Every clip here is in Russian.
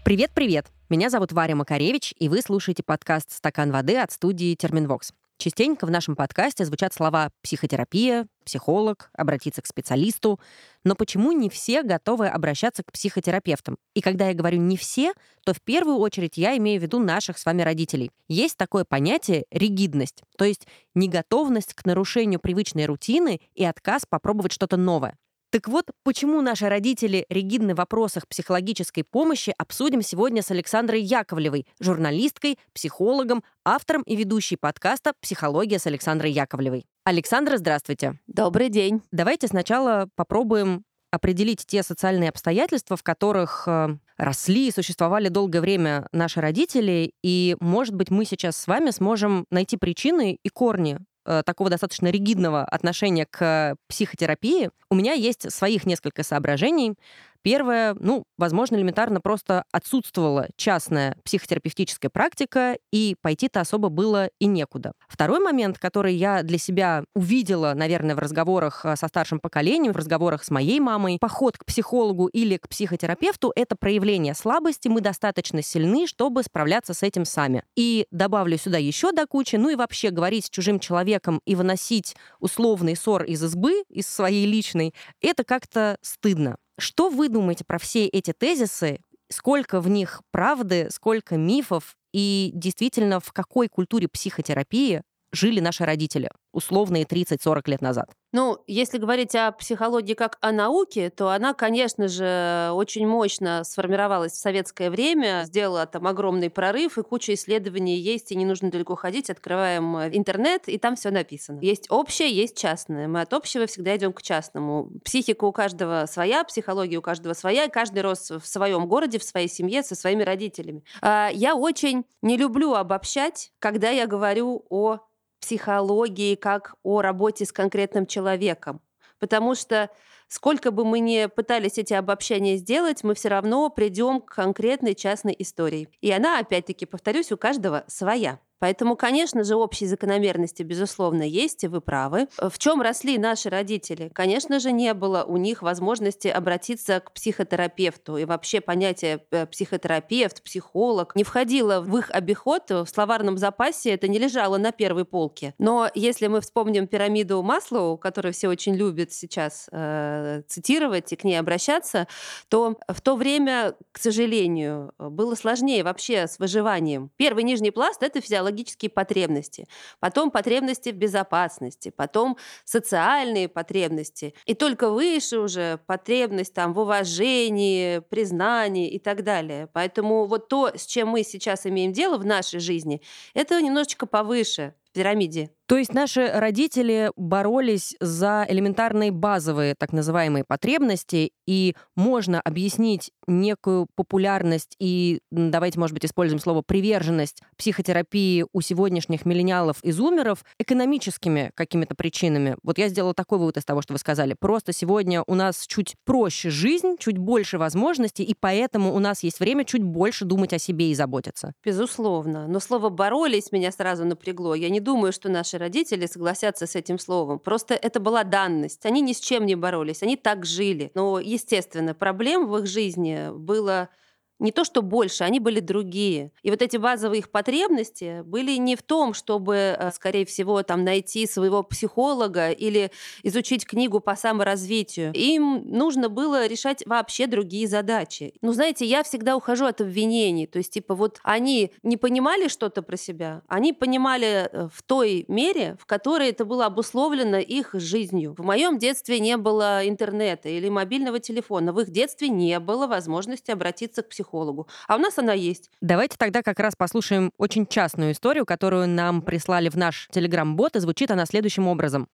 Привет-привет! Меня зовут Варя Макаревич, и вы слушаете подкаст «Стакан воды» от студии Терминвокс. Частенько в нашем подкасте звучат слова «психотерапия», «психолог», «обратиться к специалисту». Но почему не все готовы обращаться к психотерапевтам? И когда я говорю «не все», то в первую очередь я имею в виду наших с вами родителей. Есть такое понятие «ригидность», то есть неготовность к нарушению привычной рутины и отказ попробовать что-то новое. Так вот, почему наши родители ригидны в вопросах психологической помощи, обсудим сегодня с Александрой Яковлевой, журналисткой, психологом, автором и ведущей подкаста «Психология с Александрой Яковлевой». Александра, здравствуйте. Добрый день. Давайте сначала попробуем определить те социальные обстоятельства, в которых росли и существовали долгое время наши родители, и, может быть, мы сейчас с вами сможем найти причины и корни такого достаточно ригидного отношения к психотерапии. У меня есть своих несколько соображений. Первое, возможно, элементарно просто отсутствовала частная психотерапевтическая практика, и пойти-то особо было и некуда. Второй момент, который я для себя увидела, наверное, в разговорах со старшим поколением, в разговорах с моей мамой, поход к психологу или к психотерапевту — это проявление слабости, мы достаточно сильны, чтобы справляться с этим сами. И добавлю сюда еще до кучи, и вообще говорить с чужим человеком и выносить условный ссор из избы, из своей личной, это как-то стыдно. Что вы думаете про все эти тезисы? Сколько в них правды, сколько мифов? И действительно, в какой культуре психотерапии жили наши родители условные 30-40 лет назад? Если говорить о психологии как о науке, то она, конечно же, очень мощно сформировалась в советское время, сделала там огромный прорыв, и куча исследований есть, и не нужно далеко ходить, открываем интернет, и там все написано. Есть общее, есть частное. Мы от общего всегда идем к частному. Психика у каждого своя, психология у каждого своя, и каждый рос в своем городе, в своей семье, со своими родителями. Я очень не люблю обобщать, когда я говорю о психологии как о работе с конкретным человеком. Потому что сколько бы мы ни пытались эти обобщения сделать, мы все равно придем к конкретной частной истории. И она, опять-таки, повторюсь, у каждого своя. Поэтому, конечно же, общие закономерности, безусловно, есть, и вы правы. В чем росли наши родители? Конечно же, не было у них возможности обратиться к психотерапевту. И вообще понятие психотерапевт, психолог не входило в их обиход, в словарном запасе это не лежало на первой полке. Но если мы вспомним пирамиду Маслоу, которую все очень любят сейчас цитировать и к ней обращаться, то в то время, к сожалению, было сложнее вообще с выживанием. Первый нижний пласт — это физиологические потребности, потом потребности в безопасности, потом социальные потребности, и только выше уже потребность в уважении, признании и так далее. Поэтому вот то, с чем мы сейчас имеем дело в нашей жизни, это немножечко повыше в пирамиде. То есть наши родители боролись за элементарные базовые так называемые потребности, и можно объяснить некую популярность и, давайте, может быть, используем слово «приверженность» психотерапии у сегодняшних миллениалов и зумеров экономическими какими-то причинами. Вот я сделала такой вывод из того, что вы сказали. Просто сегодня у нас чуть проще жизнь, чуть больше возможностей, и поэтому у нас есть время чуть больше думать о себе и заботиться. Безусловно. Но слово «боролись» меня сразу напрягло. Я не думаю, что наши родители согласятся с этим словом. Просто это была данность. Они ни с чем не боролись, они так жили. Но, естественно, проблем в их жизни было не то, что больше, они были другие. И вот эти базовые их потребности были не в том, чтобы, скорее всего, найти своего психолога или изучить книгу по саморазвитию. Им нужно было решать вообще другие задачи. Знаете, я всегда ухожу от обвинений. То есть, они не понимали что-то про себя, они понимали в той мере, в которой это было обусловлено их жизнью. В моем детстве не было интернета или мобильного телефона. В их детстве не было возможности обратиться к психологу. А у нас она есть. Давайте тогда как раз послушаем очень частную историю, которую нам прислали в наш телеграм-бот, и звучит она следующим образом.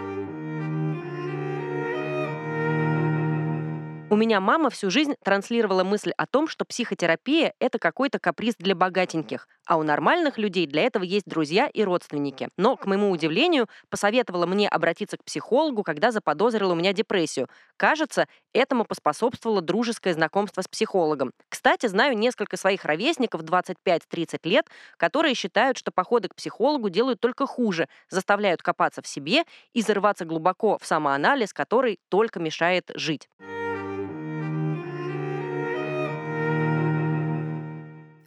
У меня мама всю жизнь транслировала мысль о том, что психотерапия — это какой-то каприз для богатеньких, а у нормальных людей для этого есть друзья и родственники. Но, к моему удивлению, посоветовала мне обратиться к психологу, когда заподозрила у меня депрессию. Кажется, этому поспособствовало дружеское знакомство с психологом. Кстати, знаю несколько своих ровесников 25-30 лет, которые считают, что походы к психологу делают только хуже, заставляют копаться в себе и зарываться глубоко в самоанализ, который только мешает жить.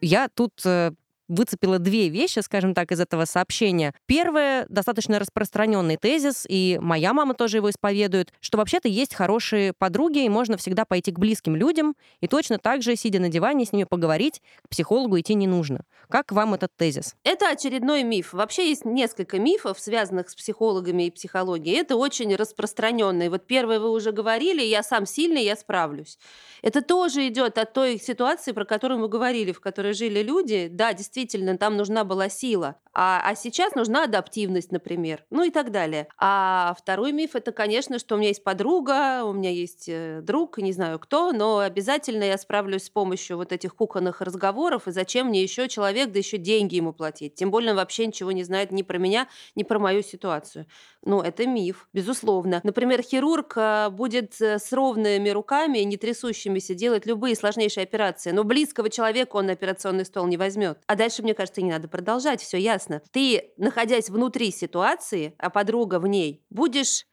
Я тут выцепила две вещи, скажем так, из этого сообщения. Первое, достаточно распространенный тезис, и моя мама тоже его исповедует, что вообще-то есть хорошие подруги, и можно всегда пойти к близким людям, и точно так же, сидя на диване, с ними поговорить, к психологу идти не нужно. Как вам этот тезис? Это очередной миф. Вообще есть несколько мифов, связанных с психологами и психологией. Это очень распространенные. Вот первое вы уже говорили, я сам сильный, я справлюсь. Это тоже идет от той ситуации, про которую мы говорили, в которой жили люди. Да, действительно, там нужна была сила. А сейчас нужна адаптивность, например. Ну и так далее. А второй миф — это, конечно, что у меня есть подруга, у меня есть друг, не знаю кто, но обязательно я справлюсь с помощью вот этих кухонных разговоров, и зачем мне еще человек, да еще деньги ему платить. Тем более он вообще ничего не знает ни про меня, ни про мою ситуацию. Ну, это миф, безусловно. Например, хирург будет с ровными руками, не трясущимися, делать любые сложнейшие операции, но близкого человека он на операционный стол не возьмет. А дальше, мне кажется, не надо продолжать, все ясно. Ты, находясь внутри ситуации, а подруга в ней, будешь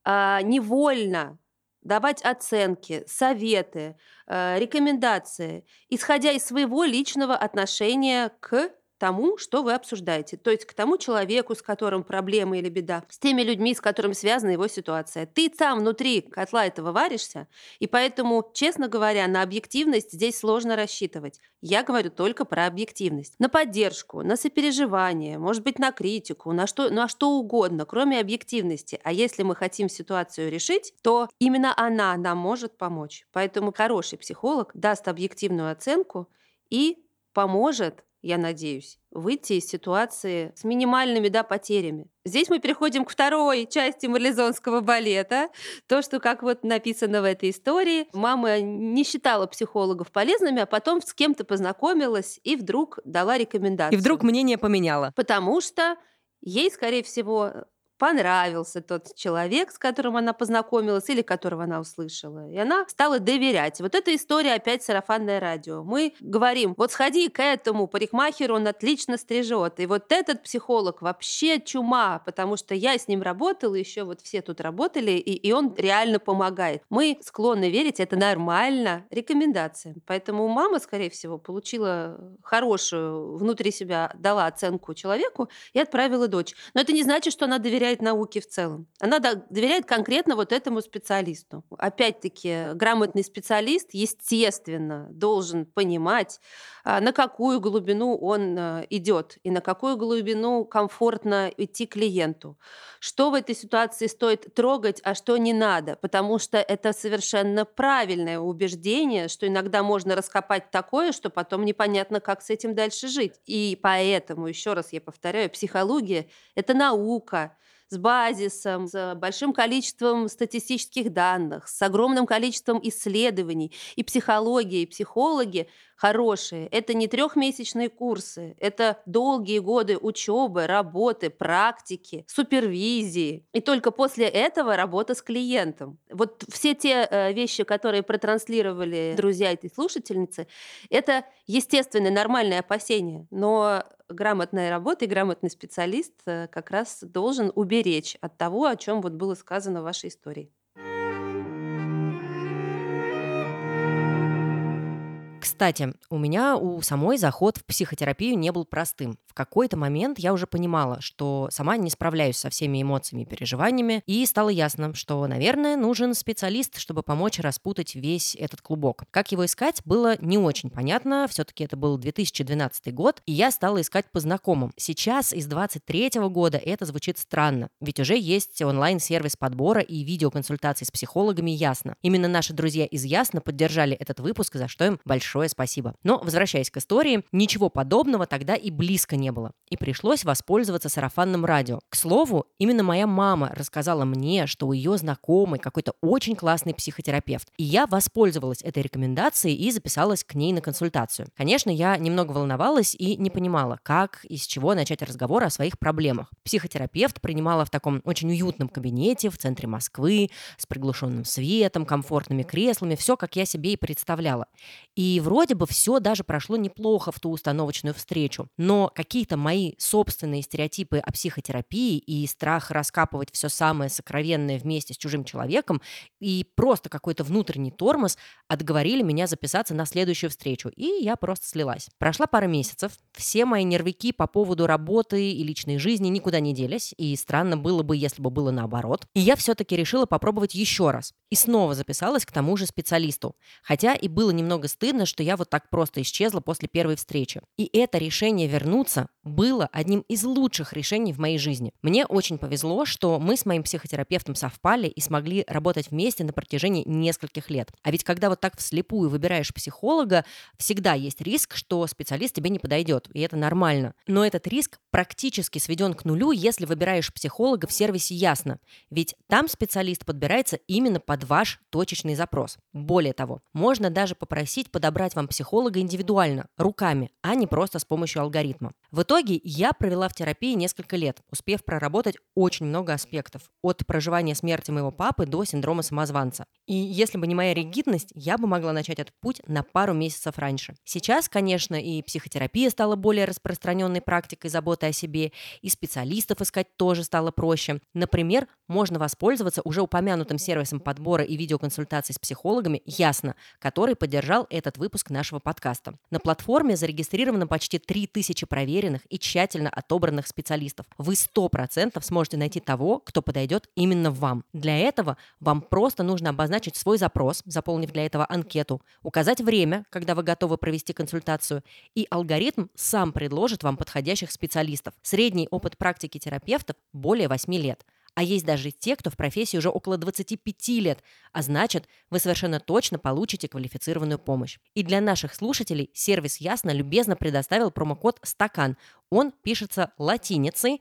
невольно давать оценки, советы, рекомендации, исходя из своего личного отношения к тому, что вы обсуждаете. То есть к тому человеку, с которым проблема или беда, с теми людьми, с которыми связана его ситуация. Ты сам внутри котла этого варишься, и поэтому, честно говоря, на объективность здесь сложно рассчитывать. Я говорю только про объективность. На поддержку, на сопереживание, может быть, на критику, на что угодно, кроме объективности. А если мы хотим ситуацию решить, то именно она нам может помочь. Поэтому хороший психолог даст объективную оценку и поможет, я надеюсь, выйти из ситуации с минимальными потерями. Здесь мы переходим к второй части марлезонского балета. То, что, как вот написано в этой истории, мама не считала психологов полезными, а потом с кем-то познакомилась и вдруг дала рекомендацию. И вдруг мнение поменяла. Потому что ей, скорее всего, понравился тот человек, с которым она познакомилась или которого она услышала. И она стала доверять. Вот эта история опять сарафанное радио. Мы говорим, вот сходи к этому парикмахеру, он отлично стрижет. И вот этот психолог вообще чума, потому что я с ним работала, еще вот все тут работали, и он реально помогает. Мы склонны верить, это нормально, рекомендациям. Поэтому мама, скорее всего, получила хорошую внутри себя, дала оценку человеку и отправила дочь. Но это не значит, что она доверяет науке в целом. Она доверяет конкретно вот этому специалисту. Опять-таки, грамотный специалист, естественно, должен понимать, на какую глубину он идет и на какую глубину комфортно идти клиенту. Что в этой ситуации стоит трогать, а что не надо. Потому что это совершенно правильное убеждение, что иногда можно раскопать такое, что потом непонятно, как с этим дальше жить. И поэтому, еще раз я повторяю, психология — это наука, с базисом, с большим количеством статистических данных, с огромным количеством исследований. И психология, и психологи хорошие. Это не трехмесячные курсы, это долгие годы учебы, работы, практики, супервизии. И только после этого работа с клиентом. Вот все те вещи, которые протранслировали друзья этой слушательницы, это естественное, нормальное опасение. Но грамотная работа и грамотный специалист как раз должен уберечь от того, о чем вот было сказано в вашей истории. Кстати, у меня у самой заход в психотерапию не был простым. В какой-то момент я уже понимала, что сама не справляюсь со всеми эмоциями и переживаниями, и стало ясно, что, наверное, нужен специалист, чтобы помочь распутать весь этот клубок. Как его искать, было не очень понятно. Все-таки это был 2012 год, и я стала искать по знакомым. Сейчас, из 2023 года, это звучит странно, ведь уже есть онлайн-сервис подбора и видеоконсультаций с психологами Ясно. Именно наши друзья из Ясно поддержали этот выпуск, за что им большое спасибо. Но, возвращаясь к истории, ничего подобного тогда и близко не было. И пришлось воспользоваться сарафанным радио. К слову, именно моя мама рассказала мне, что у ее знакомый какой-то очень классный психотерапевт. И я воспользовалась этой рекомендацией и записалась к ней на консультацию. Конечно, я немного волновалась и не понимала, как и с чего начать разговор о своих проблемах. Психотерапевт принимала в таком очень уютном кабинете в центре Москвы, с приглушенным светом, комфортными креслами, все, как я себе и представляла. И И вроде бы все даже прошло неплохо в ту установочную встречу. Но какие-то мои собственные стереотипы о психотерапии и страх раскапывать все самое сокровенное вместе с чужим человеком и просто какой-то внутренний тормоз отговорили меня записаться на следующую встречу. И я просто слилась. Прошла пара месяцев. Все мои нервяки по поводу работы и личной жизни никуда не делись. И странно было бы, если бы было наоборот. И я все-таки решила попробовать еще раз. И снова записалась к тому же специалисту. Хотя и было немного стыдно, что я вот так просто исчезла после первой встречи. И это решение вернуться было одним из лучших решений в моей жизни. Мне очень повезло, что мы с моим психотерапевтом совпали и смогли работать вместе на протяжении нескольких лет. А ведь когда вот так вслепую выбираешь психолога, всегда есть риск, что специалист тебе не подойдет, и это нормально. Но этот риск практически сведен к нулю, если выбираешь психолога в сервисе Ясно. Ведь там специалист подбирается именно под ваш точечный запрос. Более того, можно даже попросить подобрать вам психолога индивидуально, руками, а не просто с помощью алгоритма. В итоге я провела в терапии несколько лет, успев проработать очень много аспектов, от проживания смерти моего папы до синдрома самозванца. И если бы не моя ригидность, я бы могла начать этот путь на пару месяцев раньше. Сейчас, конечно, и психотерапия стала более распространенной практикой заботы о себе, и специалистов искать тоже стало проще. Например, можно воспользоваться уже упомянутым сервисом подбора и видеоконсультаций с психологами «Ясно», который поддержал этот выпуск нашего подкаста. На платформе зарегистрировано почти 3000 проверенных и тщательно отобранных специалистов. Вы 100% сможете найти того, кто подойдет именно вам. Для этого вам просто нужно обозначить свой запрос, заполнив для этого анкету, указать время, когда вы готовы провести консультацию, и алгоритм сам предложит вам подходящих специалистов. Средний опыт практики терапевтов более 8 лет. А есть даже те, кто в профессии уже около 25 лет, а значит, вы совершенно точно получите квалифицированную помощь. И для наших слушателей сервис Ясно любезно предоставил промокод «Стакан». Он пишется латиницей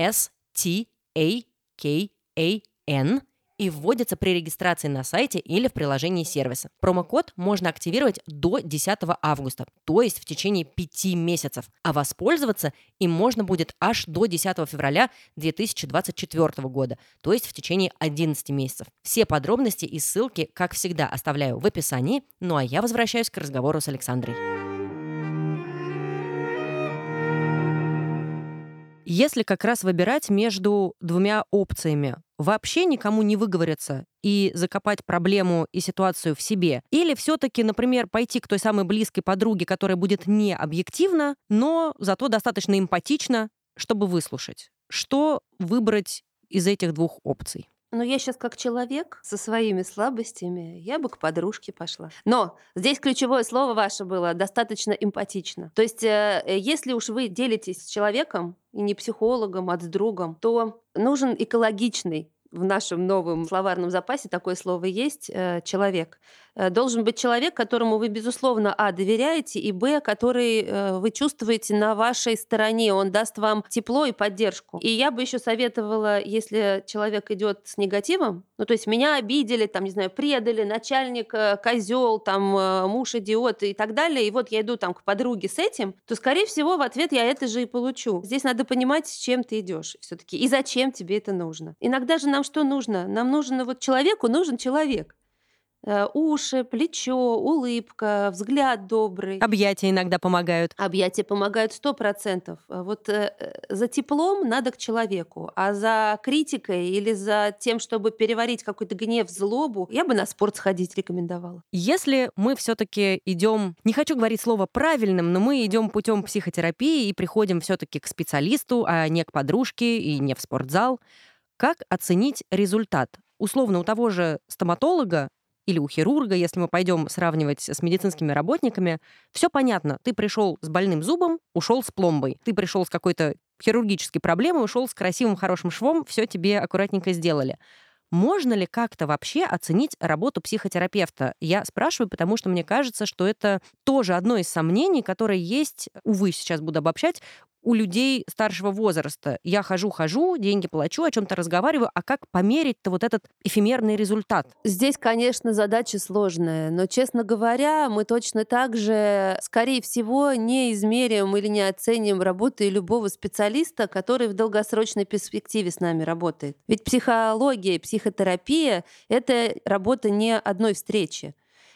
STAKAN и вводится при регистрации на сайте или в приложении сервиса. Промокод можно активировать до 10 августа, то есть в течение 5 месяцев, а воспользоваться им можно будет аж до 10 февраля 2024 года, то есть в течение 11 месяцев. Все подробности и ссылки, как всегда, оставляю в описании, ну а я возвращаюсь к разговору с Александрой. Если как раз выбирать между двумя опциями, вообще никому не выговориться и закопать проблему и ситуацию в себе, или все-таки, например, пойти к той самой близкой подруге, которая будет не объективна, но зато достаточно эмпатична, чтобы выслушать. Что выбрать из этих двух опций? Но я сейчас как человек со своими слабостями, я бы к подружке пошла. Но здесь ключевое слово ваше было «достаточно эмпатично». То есть если уж вы делитесь с человеком, и не психологом, а с другом, то нужен экологичный, в нашем новом словарном запасе такое слово есть, человек. Должен быть человек, которому вы, безусловно, доверяете, и который вы чувствуете на вашей стороне. Он даст вам тепло и поддержку. И я бы еще советовала, если человек идет с негативом, ну, то есть меня обидели, там, не знаю, предали, начальник козел, там, муж идиот и так далее, и вот я иду там к подруге с этим, то, скорее всего, в ответ я это же и получу. Здесь надо понимать, с чем ты идешь все-таки и зачем тебе это нужно. Иногда же нам что нужно? Нам нужен человеку нужен человек. Уши, плечо, улыбка, взгляд добрый. Объятия иногда помогают. Объятия помогают 100%. Вот за теплом надо к человеку, а за критикой или за тем, чтобы переварить какой-то гнев, злобу, я бы на спорт сходить рекомендовала. Если мы все-таки идем, не хочу говорить слово правильным, но мы идем путем психотерапии и приходим все-таки к специалисту, а не к подружке и не в спортзал, как оценить результат? Условно, у того же стоматолога или у хирурга, если мы пойдем сравнивать с медицинскими работниками, все понятно. Ты пришел с больным зубом, ушел с пломбой. Ты пришел с какой-то хирургической проблемой, ушел с красивым, хорошим швом, все тебе аккуратненько сделали. Можно ли как-то вообще оценить работу психотерапевта? Я спрашиваю, потому что мне кажется, что это тоже одно из сомнений, которое есть, увы, сейчас буду обобщать, у людей старшего возраста. Я хожу, деньги плачу, о чем-то разговариваю, а как померить-то вот этот эфемерный результат? Здесь, конечно, задача сложная, но, честно говоря, мы точно так же, скорее всего, не измерим или не оценим работу любого специалиста, который в долгосрочной перспективе с нами работает. Ведь психология, психотерапия — это работа не одной встречи.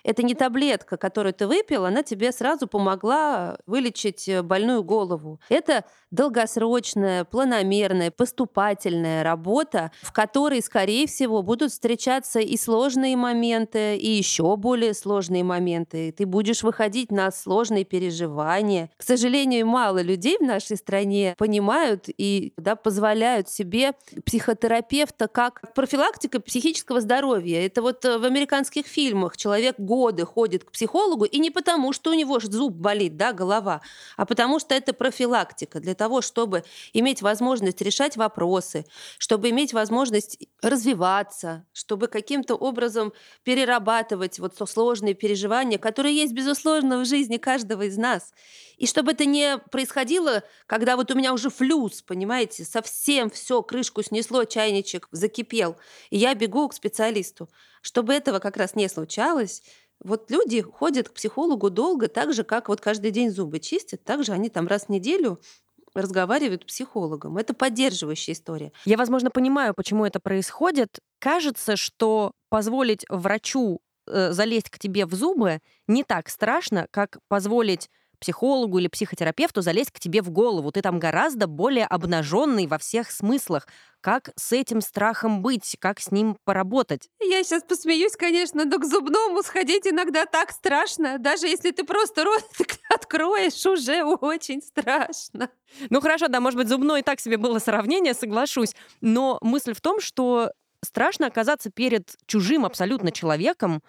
Это не таблетка, которую ты выпил, она тебе сразу помогла вылечить больную голову. Это долгосрочная, планомерная, поступательная работа, в которой, скорее всего, будут встречаться и сложные моменты, и еще более сложные моменты. Ты будешь выходить на сложные переживания. К сожалению, мало людей в нашей стране понимают и позволяют себе психотерапевта как профилактика психического здоровья. Это вот в американских фильмах человек годы ходит к психологу, и не потому, что у него зуб болит, голова, а потому что это профилактика для того, чтобы иметь возможность решать вопросы, чтобы иметь возможность развиваться, чтобы каким-то образом перерабатывать вот сложные переживания, которые есть, безусловно, в жизни каждого из нас. И чтобы это не происходило, когда вот у меня уже флюс, понимаете, совсем все, крышку снесло, чайничек закипел, и я бегу к специалисту. Чтобы этого как раз не случалось, вот люди ходят к психологу долго, так же, как вот каждый день зубы чистят, так же они там раз в неделю разговаривают с психологом. Это поддерживающая история. Я, возможно, понимаю, почему это происходит. Кажется, что позволить врачу залезть к тебе в зубы не так страшно, как позволить психологу или психотерапевту залезть к тебе в голову. Ты там гораздо более обнаженный во всех смыслах. Как с этим страхом быть? Как с ним поработать? Я сейчас посмеюсь, конечно, но к зубному сходить иногда так страшно. Даже если ты просто рот откроешь, уже очень страшно. Ну хорошо, да, может быть, зубной и так себе было сравнение, соглашусь. Но мысль в том, что страшно оказаться перед чужим абсолютно человеком,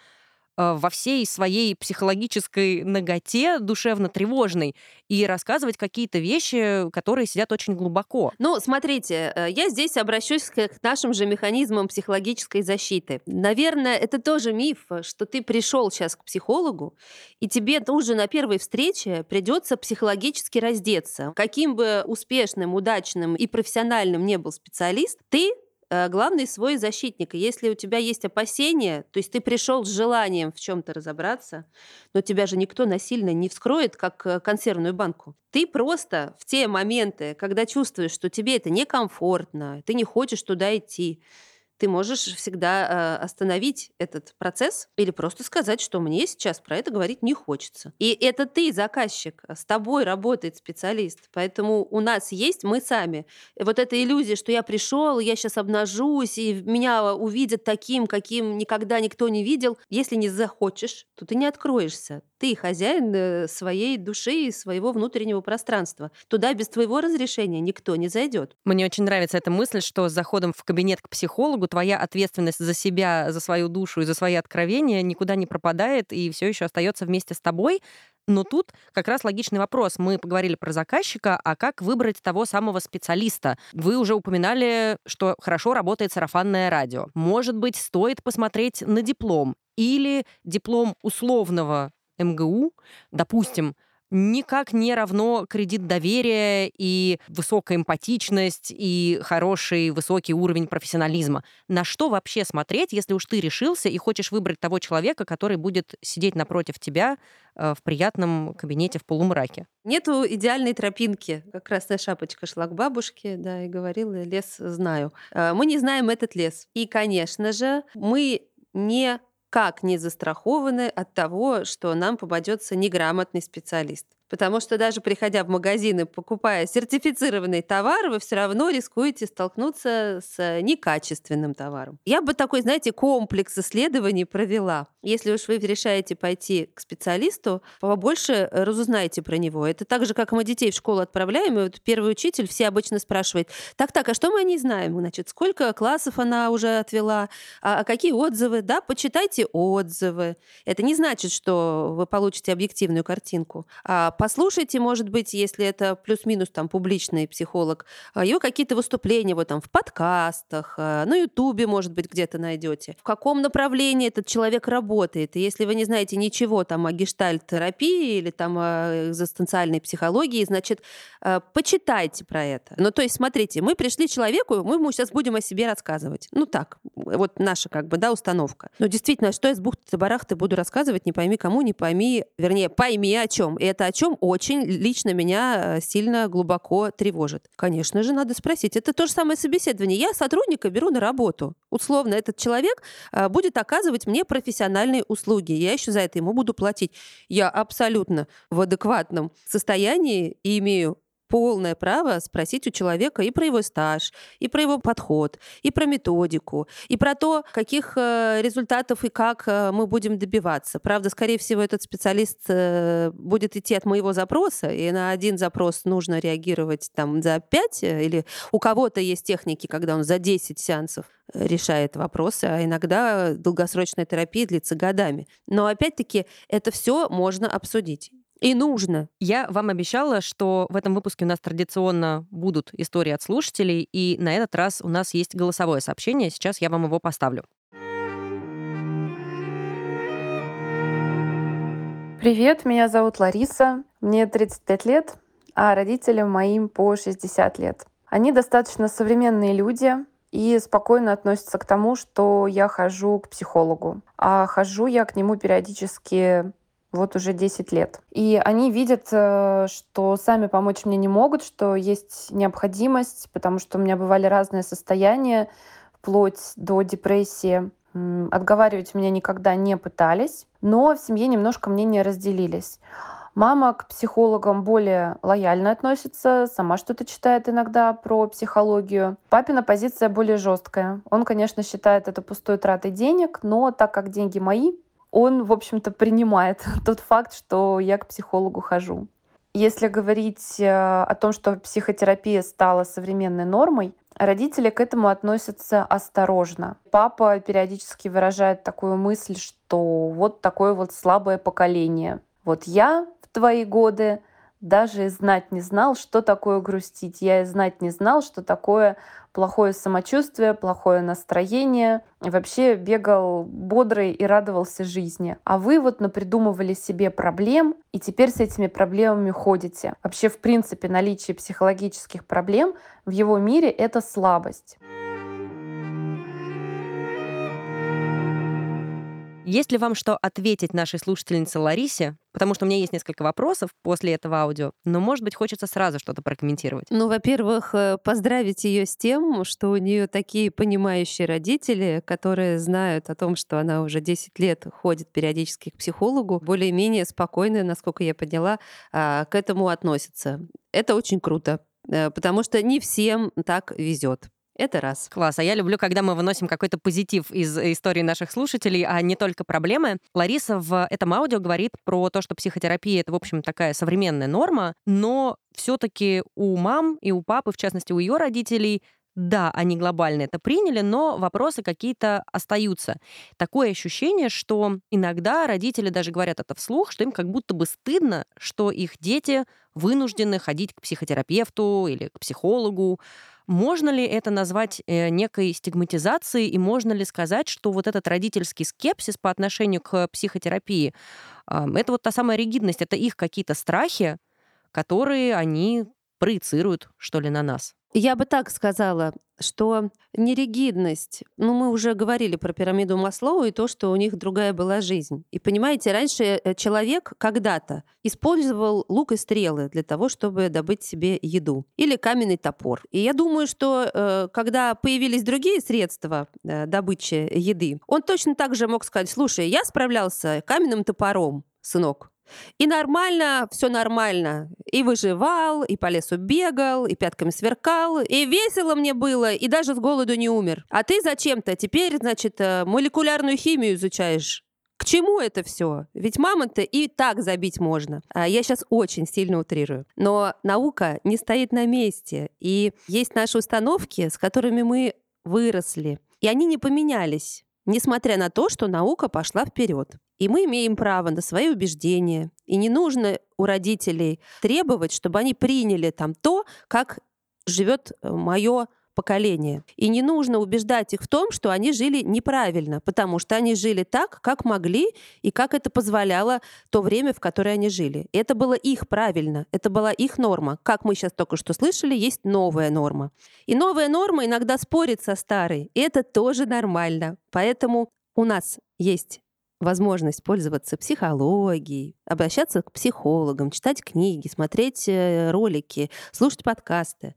во всей своей психологической наготе, душевно-тревожной, и рассказывать какие-то вещи, которые сидят очень глубоко. Ну, смотрите, я здесь обращусь к нашим же механизмам психологической защиты. Наверное, это тоже миф, что ты пришел сейчас к психологу, и тебе уже на первой встрече придется психологически раздеться. Каким бы успешным, удачным и профессиональным не был специалист, ты главный свой защитник. И если у тебя есть опасения, то есть ты пришел с желанием в чем-то разобраться, но тебя же никто насильно не вскроет, как консервную банку. Ты просто в те моменты, когда чувствуешь, что тебе это некомфортно, ты не хочешь туда идти, ты можешь всегда остановить этот процесс или просто сказать, что мне сейчас про это говорить не хочется. И это ты, заказчик, с тобой работает специалист. Поэтому у нас есть мы сами. Вот эта иллюзия, что я пришел, я сейчас обнажусь, и меня увидят таким, каким никогда никто не видел. Если не захочешь, то ты не откроешься. Ты хозяин своей души и своего внутреннего пространства. Туда без твоего разрешения никто не зайдет. Мне очень нравится эта мысль, что с заходом в кабинет к психологу твоя ответственность за себя, за свою душу и за свои откровения никуда не пропадает и все еще остается вместе с тобой. Но тут как раз логичный вопрос. Мы поговорили про заказчика, а как выбрать того самого специалиста? Вы уже упоминали, что хорошо работает сарафанное радио. Может быть, стоит посмотреть на диплом или диплом условного МГУ, допустим, никак не равно кредит доверия и высокая эмпатичность и хороший высокий уровень профессионализма. На что вообще смотреть, если уж ты решился и хочешь выбрать того человека, который будет сидеть напротив тебя в приятном кабинете в полумраке? Нету идеальной тропинки. Как красная шапочка шла к бабушке, и говорила: лес знаю. Мы не знаем этот лес. И, конечно же, мы никак не застрахованы от того, что нам попадется неграмотный специалист. Потому что даже приходя в магазин и покупая сертифицированный товар, вы все равно рискуете столкнуться с некачественным товаром. Я бы такой, знаете, комплекс исследований провела. Если уж вы решаете пойти к специалисту, побольше разузнайте про него. Это так же, как мы детей в школу отправляем, и вот первый учитель все обычно спрашивает: так, а что мы о ней знаем? Значит, сколько классов она уже отвела? А какие отзывы? Да, почитайте отзывы. Это не значит, что вы получите объективную картинку. Послушайте, может быть, если это плюс-минус там публичный психолог, его какие-то выступления вот там в подкастах, на Ютубе, может быть, где-то найдете. В каком направлении этот человек работает? И если вы не знаете ничего там о гештальт-терапии или там о экзистенциальной психологии, значит, почитайте про это. Ну, то есть, смотрите, мы пришли к человеку, мы ему сейчас будем о себе рассказывать. Ну, так, вот наша установка. Но действительно, что я с бухты-барахты буду рассказывать, не пойми кому, не пойми, вернее, пойми о чем. И это о чем причем очень лично меня сильно глубоко тревожит. Конечно же, надо спросить. Это то же самое собеседование. Я сотрудника беру на работу. Условно, этот человек будет оказывать мне профессиональные услуги. Я еще за это ему буду платить. Я абсолютно в адекватном состоянии и имею полное право спросить у человека и про его стаж, и про его подход, и про методику, и про то, каких результатов и как мы будем добиваться. Правда, скорее всего, этот специалист будет идти от моего запроса, и на один запрос нужно реагировать там за 5, или у кого-то есть техники, когда он за 10 сеансов решает вопросы, а иногда долгосрочная терапия длится годами. Но опять-таки это все можно обсудить. И нужно. Я вам обещала, что в этом выпуске у нас традиционно будут истории от слушателей, и на этот раз у нас есть голосовое сообщение. Сейчас я вам его поставлю. Привет, меня зовут Лариса, мне 35 лет, а родителям моим по 60 лет. Они достаточно современные люди и спокойно относятся к тому, что я хожу к психологу. А хожу я к нему периодически вот уже 10 лет. И они видят, что сами помочь мне не могут, что есть необходимость, потому что у меня бывали разные состояния, вплоть до депрессии. Отговаривать меня никогда не пытались, но в семье немножко мнения разделились. Мама к психологам более лояльно относится, сама что-то читает иногда про психологию. Папина позиция более жесткая. Он, конечно, считает это пустой тратой денег, но так как деньги мои, он, в общем-то, принимает тот факт, что я к психологу хожу. Если говорить о том, что психотерапия стала современной нормой, родители к этому относятся осторожно. Папа периодически выражает такую мысль, что вот такое вот слабое поколение. Вот я в твои годы даже и знать не знал, что такое грустить. Я и знать не знал, что такое плохое самочувствие, плохое настроение. И вообще бегал бодрый и радовался жизни. А вы вот напридумывали себе проблем, и теперь с этими проблемами ходите. Вообще, в принципе, наличие психологических проблем в его мире — это слабость. Есть ли вам что ответить нашей слушательнице Ларисе? Потому что у меня есть несколько вопросов после этого аудио, но, может быть, хочется сразу что-то прокомментировать. Ну, во-первых, поздравить ее с тем, что у нее такие понимающие родители, которые знают о том, что она уже 10 лет ходит периодически к психологу, более-менее спокойно, насколько я поняла, к этому относятся. Это очень круто, потому что не всем так везет. Это раз. Класс. А я люблю, когда мы выносим какой-то позитив из истории наших слушателей, а не только проблемы. Лариса в этом аудио говорит про то, что психотерапия — это, в общем, такая современная норма, но все-таки у мам и у папы, в частности, у ее родителей, да, они глобально это приняли, но вопросы какие-то остаются. Такое ощущение, что иногда родители даже говорят это вслух, что им как будто бы стыдно, что их дети вынуждены ходить к психотерапевту или к психологу. Можно ли это назвать некой стигматизацией, и можно ли сказать, что вот этот родительский скепсис по отношению к психотерапии, это вот та самая ригидность, это их какие-то страхи, которые они проецируют, что ли, на нас? Я бы так сказала, что неригидность, мы уже говорили про пирамиду Маслоу и то, что у них другая была жизнь. И понимаете, раньше человек когда-то использовал лук и стрелы для того, чтобы добыть себе еду. Или каменный топор. И я думаю, что когда появились другие средства добычи еды, он точно так же мог сказать: слушай, я справлялся каменным топором, сынок. И нормально, все нормально. И выживал, и по лесу бегал, и пятками сверкал, и весело мне было, и даже с голоду не умер. А ты зачем-то теперь, значит, молекулярную химию изучаешь. К чему это все? Ведь мамонта и так забить можно. Я сейчас очень сильно утрирую. Но наука не стоит на месте. И есть наши установки, с которыми мы выросли. И они не поменялись, несмотря на то, что наука пошла вперед. И мы имеем право на свои убеждения. И не нужно у родителей требовать, чтобы они приняли там то, как живет мое поколение. И не нужно убеждать их в том, что они жили неправильно, потому что они жили так, как могли, и как это позволяло то время, в которое они жили. И это было их правильно, это была их норма. Как мы сейчас только что слышали, есть новая норма. И новая норма иногда спорит со старой, и это тоже нормально. Поэтому у нас есть возможность пользоваться психологией, обращаться к психологам, читать книги, смотреть ролики, слушать подкасты.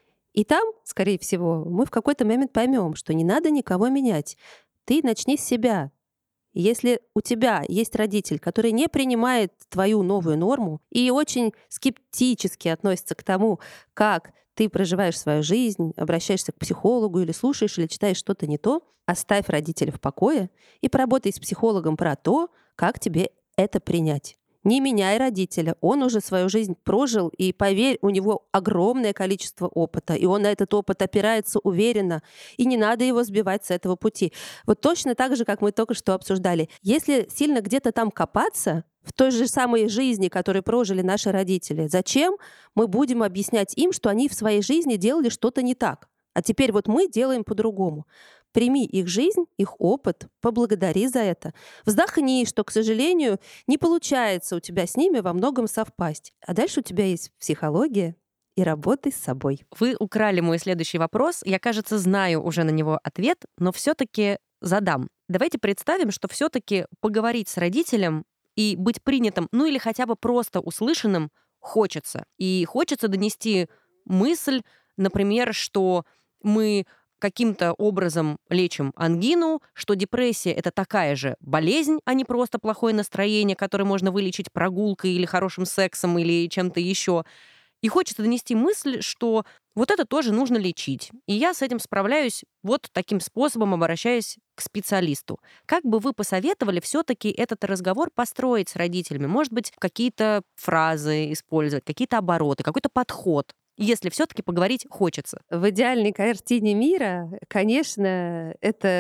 И там, скорее всего, мы в какой-то момент поймем, что не надо никого менять. Ты начни с себя. Если у тебя есть родитель, который не принимает твою новую норму и очень скептически относится к тому, как ты проживаешь свою жизнь, обращаешься к психологу или слушаешь, или читаешь что-то не то, оставь родителя в покое и поработай с психологом про то, как тебе это принять. Не меняй родителя. Он уже свою жизнь прожил, и, поверь, у него огромное количество опыта, и он на этот опыт опирается уверенно, и не надо его сбивать с этого пути. Вот точно так же, как мы только что обсуждали. Если сильно где-то там копаться, в той же самой жизни, которую прожили наши родители, зачем мы будем объяснять им, что они в своей жизни делали что-то не так? А теперь вот мы делаем по-другому. Прими их жизнь, их опыт, поблагодари за это. Вздохни, что, к сожалению, не получается у тебя с ними во многом совпасть. А дальше у тебя есть психология и работай с собой. Вы украли мой следующий вопрос. Я, кажется, знаю уже на него ответ, но все-таки задам. Давайте представим, что все-таки поговорить с родителем и быть принятым, ну или хотя бы просто услышанным хочется. И хочется донести мысль, например, что мы каким-то образом лечим ангину, что депрессия — это такая же болезнь, а не просто плохое настроение, которое можно вылечить прогулкой или хорошим сексом или чем-то еще. И хочется донести мысль, что вот это тоже нужно лечить. И я с этим справляюсь вот таким способом, обращаясь к специалисту. Как бы вы посоветовали все-таки этот разговор построить с родителями? Может быть, какие-то фразы использовать, какие-то обороты, какой-то подход, если все-таки поговорить хочется? В идеальной картине мира, конечно,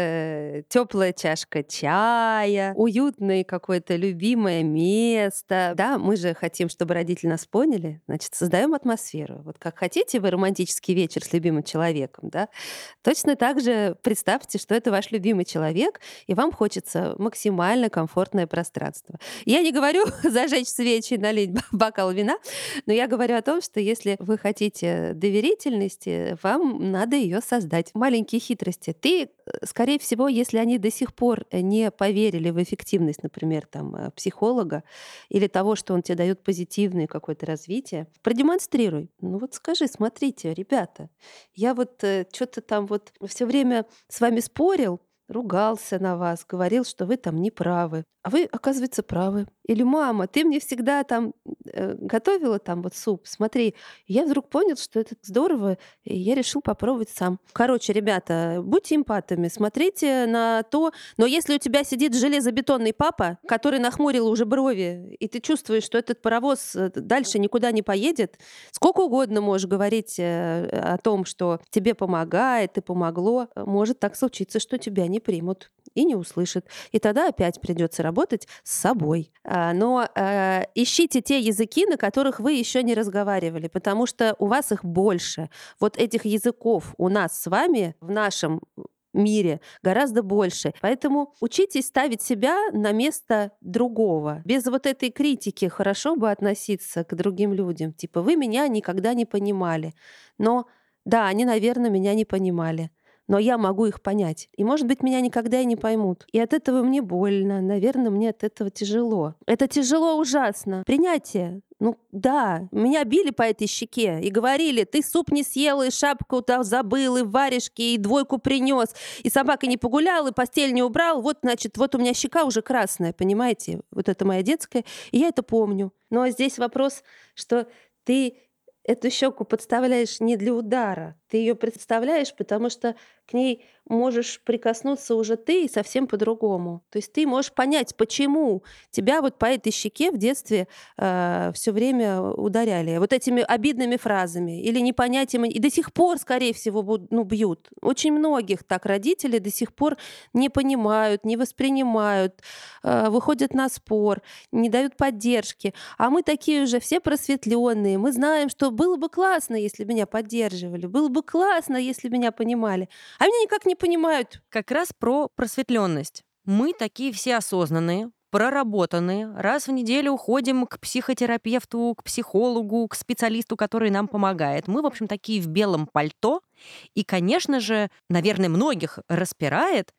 это теплая чашка чая, уютное какое-то любимое место. Да, мы же хотим, чтобы родители нас поняли, значит, создаем атмосферу. Вот как хотите вы романтический вечер с любимым человеком, да, точно так же представьте, что это ваш любимый человек, и вам хочется максимально комфортное пространство. Я не говорю зажечь свечи и налить бокал вина, но я говорю о том, что если вы хотите доверительности, вам надо ее создать. Маленькие хитрости. Ты, скорее всего, если они до сих пор не поверили в эффективность, например, там, психолога или того, что он тебе дает позитивное какое-то развитие, продемонстрируй. Ну вот скажи, смотрите, ребята, я вот что-то там вот все время с вами спорил, ругался на вас, говорил, что вы там не правы. А вы, оказывается, правы. Или мама, ты мне всегда там готовила там вот суп. Смотри, я вдруг понял, что это здорово, и я решил попробовать сам. Короче, ребята, будьте эмпатами, смотрите на то. Но если у тебя сидит железобетонный папа, который нахмурил уже брови, и ты чувствуешь, что этот паровоз дальше никуда не поедет, сколько угодно можешь говорить о том, что тебе помогает и помогло, может так случиться, что тебя не примут и не услышат. И тогда опять придется работать с собой. Но ищите те языки, на которых вы еще не разговаривали, потому что у вас их больше. Вот этих языков у нас с вами в нашем мире гораздо больше. Поэтому учитесь ставить себя на место другого. Без вот этой критики хорошо бы относиться к другим людям. Типа, вы меня никогда не понимали. Но да, они, наверное, меня не понимали. Но я могу их понять. И, может быть, меня никогда и не поймут. И от этого мне больно. Наверное, мне от этого тяжело. Это тяжело ужасно. Принятие. Ну да, меня били по этой щеке и говорили, ты суп не съел, и шапку там забыл, и варежки, и двойку принес, и собака не погулял, и постель не убрал. Вот, значит, вот у меня щека уже красная, понимаете? Вот это моя детская, и я это помню. Но здесь вопрос, что ты эту щеку подставляешь не для удара. Ты ее представляешь, потому что к ней можешь прикоснуться уже ты и совсем по-другому. То есть ты можешь понять, почему тебя вот по этой щеке в детстве все время ударяли. Вот этими обидными фразами или непонятием. И до сих пор, скорее всего, бьют. Очень многих так родители до сих пор не понимают, не воспринимают, выходят на спор, не дают поддержки. А мы такие уже все просветленные. Мы знаем, что было бы классно, если меня поддерживали. Было бы классно, если меня понимали. А меня никак не понимают. Как раз про просветленность. Мы такие все осознанные, проработанные. Раз в неделю уходим к психотерапевту, к психологу, к специалисту, который нам помогает. Мы, в общем, такие в белом пальто. И, конечно же, наверное, многих распирает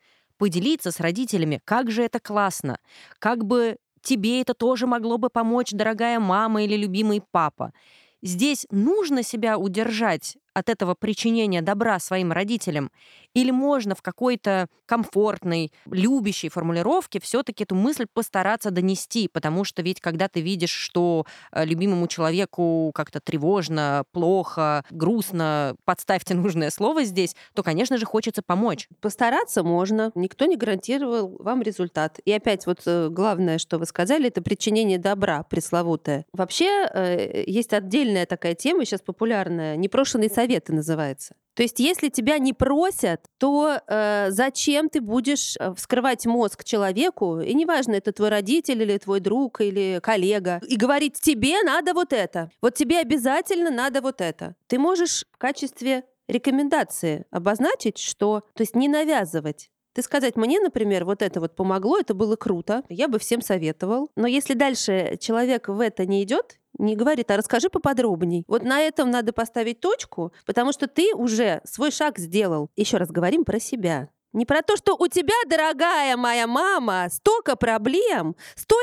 поделиться с родителями, как же это классно, как бы тебе это тоже могло бы помочь, дорогая мама или любимый папа. Здесь нужно себя удержать от этого причинения добра своим родителям? Или можно в какой-то комфортной, любящей формулировке все-таки эту мысль постараться донести? Потому что ведь когда ты видишь, что любимому человеку как-то тревожно, плохо, грустно, подставьте нужное слово здесь, то, конечно же, хочется помочь. Постараться можно. Никто не гарантировал вам результат. И опять вот главное, что вы сказали, это причинение добра пресловутое. Вообще есть отдельная такая тема, сейчас популярная, непрошенные советы называется. То есть если тебя не просят, то зачем ты будешь вскрывать мозг человеку, и неважно, это твой родитель или твой друг или коллега, и говорить, тебе надо вот это, вот тебе обязательно надо вот это. Ты можешь в качестве рекомендации обозначить, что, то есть не навязывать. Ты сказать, мне, например, вот это вот помогло, это было круто, я бы всем советовал. Но если дальше человек в это не идет, не говорит, а расскажи поподробней. Вот на этом надо поставить точку, потому что ты уже свой шаг сделал. Еще раз говорим про себя. Не про то, что у тебя, дорогая моя мама, столько проблем,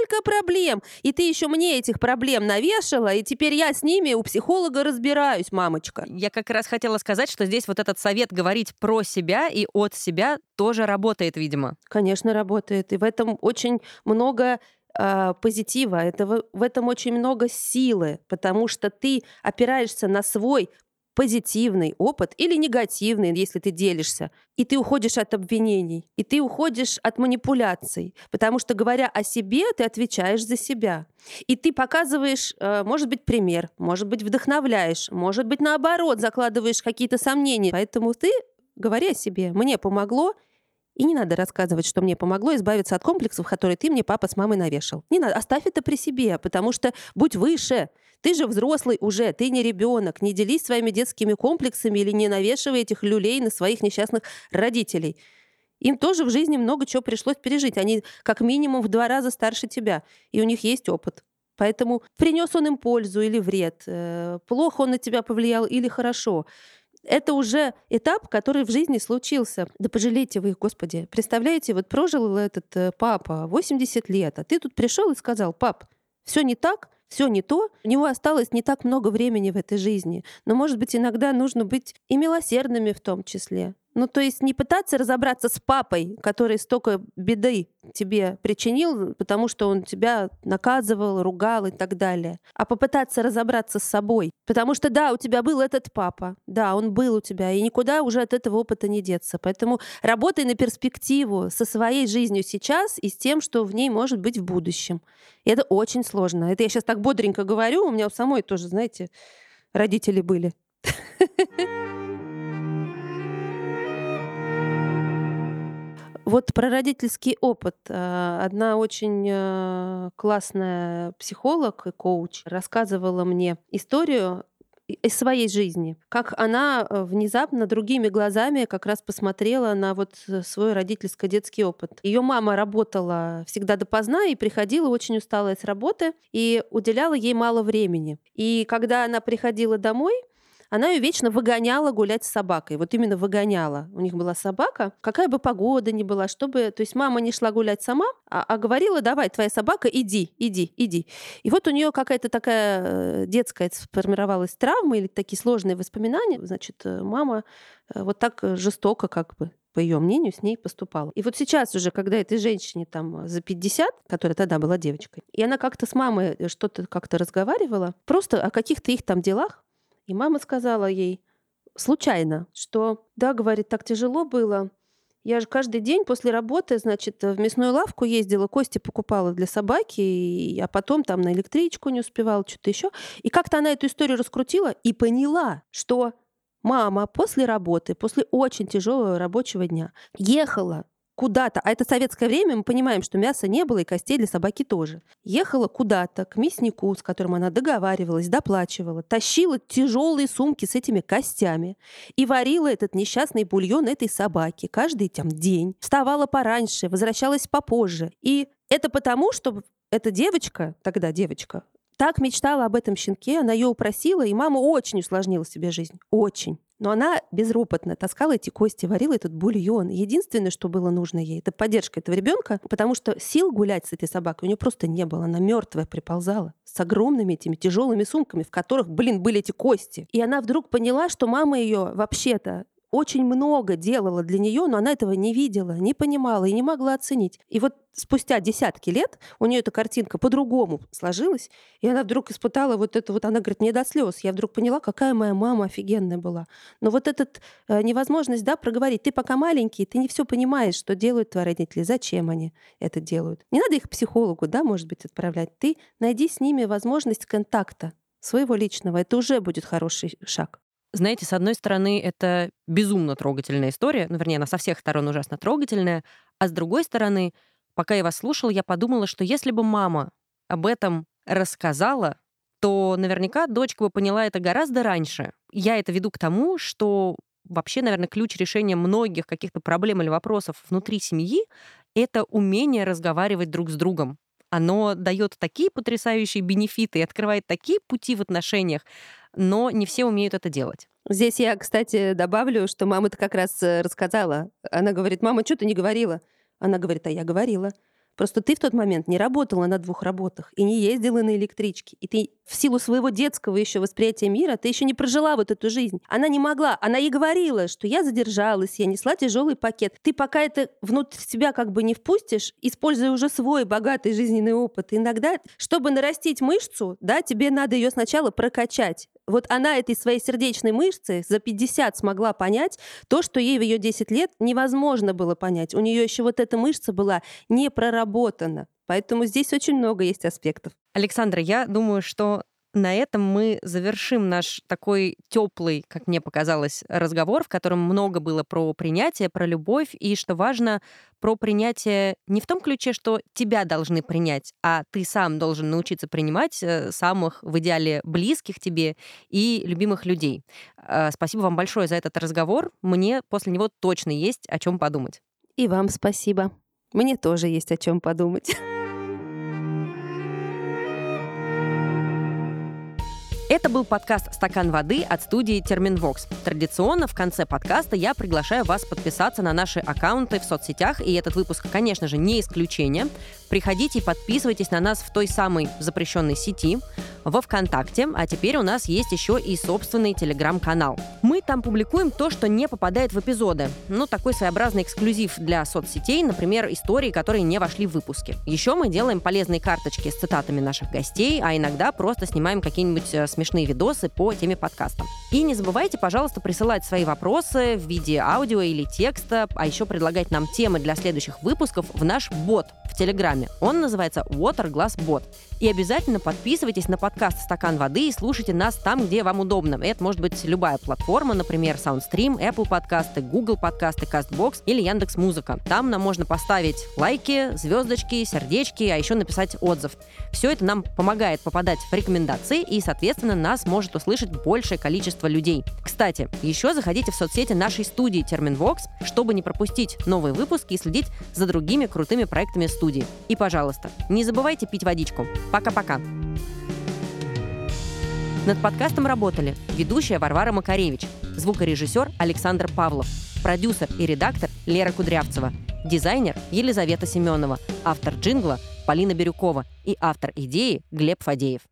и ты еще мне этих проблем навешала, и теперь я с ними у психолога разбираюсь, мамочка. Я как раз хотела сказать, что здесь вот этот совет говорить про себя и от себя тоже работает, видимо. Конечно, работает. И в этом очень много позитива, в этом очень много силы, потому что ты опираешься на свой позитивный опыт или негативный, если ты делишься, и ты уходишь от обвинений, и ты уходишь от манипуляций, потому что, говоря о себе, ты отвечаешь за себя. И ты показываешь, может быть, пример, может быть, вдохновляешь, может быть, наоборот, закладываешь какие-то сомнения. Поэтому ты, говоря о себе, мне помогло, и не надо рассказывать, что мне помогло избавиться от комплексов, которые ты мне, папа, с мамой навешал. Не надо, оставь это при себе, потому что будь выше. Ты же взрослый уже, ты не ребенок. Не делись своими детскими комплексами или не навешивай этих люлей на своих несчастных родителей. Им тоже в жизни много чего пришлось пережить. Они как минимум в 2 раза старше тебя, и у них есть опыт. Поэтому принес он им пользу или вред, плохо он на тебя повлиял или хорошо. Это уже этап, который в жизни случился. Да пожалейте вы их, Господи. Представляете, вот прожил этот папа 80 лет, а ты тут пришел и сказал, пап, все не так, все не то, у него осталось не так много времени в этой жизни. Но, может быть, иногда нужно быть и милосердными в том числе. Ну, то есть не пытаться разобраться с папой, который столько беды тебе причинил, потому что он тебя наказывал, ругал и так далее, а попытаться разобраться с собой. Потому что, да, у тебя был этот папа, да, он был у тебя, и никуда уже от этого опыта не деться. Поэтому работай на перспективу со своей жизнью сейчас и с тем, что в ней может быть в будущем. И это очень сложно. Это я сейчас так бодренько говорю, у меня у самой тоже, знаете, родители были. Вот про родительский опыт. Одна очень классная психолог и коуч рассказывала мне историю из своей жизни, как она внезапно другими глазами как раз посмотрела на вот свой родительско-детский опыт. Ее мама работала всегда допоздна и приходила очень усталая с работы и уделяла ей мало времени. И когда она приходила домой, она ее вечно выгоняла гулять с собакой. Вот именно выгоняла. У них была собака, какая бы погода ни была, чтобы... То есть мама не шла гулять сама, а говорила, давай, твоя собака, иди. И вот у нее какая-то такая детская сформировалась травма или такие сложные воспоминания. Значит, мама вот так жестоко, как бы, по ее мнению, с ней поступала. И вот сейчас уже, когда этой женщине там за 50, которая тогда была девочкой, и она как-то с мамой что-то как-то разговаривала, просто о каких-то их там делах, и мама сказала ей случайно, что да, говорит, так тяжело было. Я же каждый день после работы, значит, в мясную лавку ездила, кости покупала для собаки, а потом там на электричку не успевала, что-то еще. И как-то она эту историю раскрутила и поняла, что мама после работы, после очень тяжелого рабочего дня ехала куда-то, а это советское время, мы понимаем, что мяса не было и костей для собаки тоже. Ехала куда-то к мяснику, с которым она договаривалась, доплачивала, тащила тяжелые сумки с этими костями и варила этот несчастный бульон этой собаки каждый там день. Вставала пораньше, возвращалась попозже. И это потому, что эта девочка, тогда девочка, так мечтала об этом щенке, она ее упросила, и мама очень усложнила себе жизнь. Очень. Но она безропотно таскала эти кости, варила этот бульон. Единственное, что было нужно ей, это поддержка этого ребенка, потому что сил гулять с этой собакой у нее просто не было. Она мертвая приползала с огромными этими тяжелыми сумками, в которых, были эти кости. И она вдруг поняла, что мама ее вообще-то очень много делала для нее, но она этого не видела, не понимала и не могла оценить. И вот спустя десятки лет у нее эта картинка по-другому сложилась, и она вдруг испытала вот это вот, она говорит, мне до слез. Я вдруг поняла, какая моя мама офигенная была. Но вот эта невозможность, проговорить. Ты пока маленький, ты не все понимаешь, что делают твои родители, зачем они это делают. Не надо их к психологу, может быть, отправлять. Ты найди с ними возможность контакта своего личного. Это уже будет хороший шаг. Знаете, с одной стороны, это безумно трогательная история, вернее, она со всех сторон ужасно трогательная, а с другой стороны, пока я вас слушала, я подумала, что если бы мама об этом рассказала, то наверняка дочка бы поняла это гораздо раньше. Я это веду к тому, что вообще, наверное, ключ решения многих каких-то проблем или вопросов внутри семьи — это умение разговаривать друг с другом. Оно дает такие потрясающие бенефиты и открывает такие пути в отношениях, но не все умеют это делать. Здесь я, кстати, добавлю, что мама-то как раз рассказала. Она говорит, мама, что ты не говорила? Она говорит, а я говорила. Просто ты в тот момент не работала на 2 работах и не ездила на электричке. И ты в силу своего детского еще восприятия мира, ты еще не прожила вот эту жизнь. Она не могла. Она ей говорила, что я задержалась, я несла тяжелый пакет. Ты пока это внутрь себя как бы не впустишь, используя уже свой богатый жизненный опыт. Иногда, чтобы нарастить мышцу, тебе надо ее сначала прокачать. Вот она этой своей сердечной мышцы за 50 смогла понять то, что ей в ее 10 лет невозможно было понять. У нее еще вот эта мышца была не проработана. Поэтому здесь очень много есть аспектов. Александра, я думаю, что на этом мы завершим наш такой теплый, как мне показалось, разговор, в котором много было про принятие, про любовь, и, что важно, про принятие не в том ключе, что тебя должны принять, а ты сам должен научиться принимать самых, в идеале, близких тебе и любимых людей. Спасибо вам большое за этот разговор. Мне после него точно есть о чем подумать. И вам спасибо. Мне тоже есть о чем подумать. Это был подкаст «Стакан воды» от студии Терминвокс. Традиционно в конце подкаста я приглашаю вас подписаться на наши аккаунты в соцсетях, и этот выпуск, конечно же, не исключение. Приходите и подписывайтесь на нас в той самой запрещенной сети, во ВКонтакте, а теперь у нас есть еще и собственный телеграм-канал. Мы там публикуем то, что не попадает в эпизоды. Такой своеобразный эксклюзив для соцсетей, например, истории, которые не вошли в выпуски. Еще мы делаем полезные карточки с цитатами наших гостей, а иногда просто снимаем какие-нибудь смешные видосы по теме подкаста. И не забывайте, пожалуйста, присылать свои вопросы в виде аудио или текста, а еще предлагать нам темы для следующих выпусков в наш бот в Телеграме. Он называется Waterglass Bot. И обязательно подписывайтесь на подкаст «Стакан воды» и слушайте нас там, где вам удобно. Это может быть любая платформа, например, SoundStream, Apple подкасты, Google подкасты, CastBox или Яндекс.Музыка. Там нам можно поставить лайки, звездочки, сердечки, а еще написать отзыв. Все это нам помогает попадать в рекомендации, и, соответственно, нас может услышать большее количество людей. Кстати, еще заходите в соцсети нашей студии Терминвокс, чтобы не пропустить новые выпуски и следить за другими крутыми проектами студии. И, пожалуйста, не забывайте пить водичку. Пока-пока. Над подкастом работали ведущая Варвара Макаревич, звукорежиссер Александр Павлов, продюсер и редактор Лера Кудрявцева, дизайнер Елизавета Семенова, автор джингла Полина Бирюкова и автор идеи Глеб Фадеев.